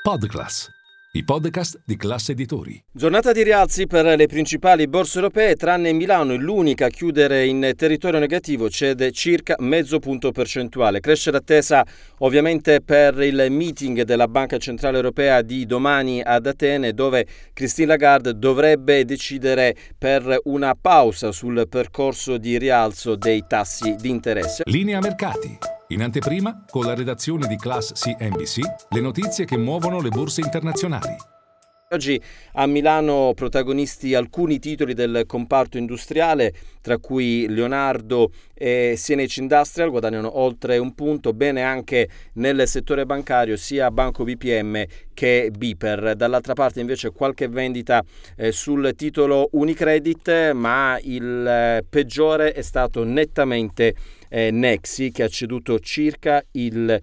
Podclass, i podcast di Class Editori. Giornata di rialzi per le principali borse europee, tranne Milano, l'unica a chiudere in territorio negativo, cede circa mezzo punto percentuale. Cresce l'attesa ovviamente per il meeting della Banca Centrale Europea di domani ad Atene, dove Christine Lagarde dovrebbe decidere per una pausa sul percorso di rialzo dei tassi di interesse. Linea mercati. In anteprima, con la redazione di Class CNBC, le notizie che muovono le borse internazionali. Oggi a Milano protagonisti alcuni titoli del comparto industriale, tra cui Leonardo e CNH Industrial guadagnano oltre un punto, bene anche nel settore bancario sia Banco BPM che BPER. Dall'altra parte invece qualche vendita sul titolo Unicredit, ma il peggiore è stato nettamente Nexi, che ha ceduto circa il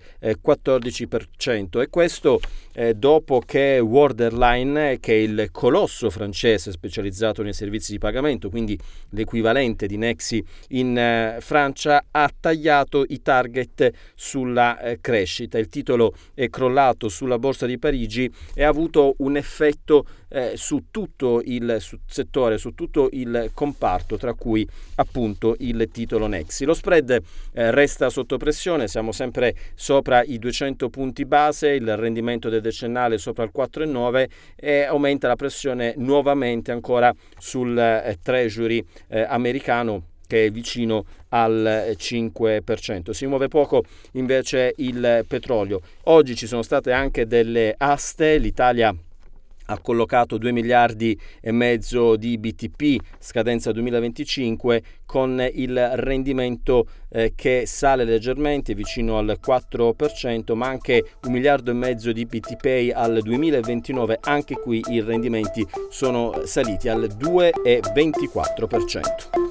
14%, e questo dopo che Worldline, che è il colosso francese specializzato nei servizi di pagamento, quindi l'equivalente di Nexi in Francia, ha tagliato i target sulla crescita. Il titolo è crollato sulla borsa di Parigi e ha avuto un effetto su tutto il settore, su tutto il comparto, tra cui appunto il titolo Nexi. Lo spread resta sotto pressione, siamo sempre sopra i 200 punti base, il rendimento del decennale sopra il 4,9 e aumenta la pressione nuovamente ancora sul Treasury americano, che è vicino al 5%. Si muove poco invece il petrolio. Oggi ci sono state anche delle aste. L'Italia ha collocato 2 miliardi e mezzo di BTP, scadenza 2025, con il rendimento che sale leggermente, vicino al 4%, ma anche 1 miliardo e mezzo di BTPay al 2029, anche qui i rendimenti sono saliti al 2,24%.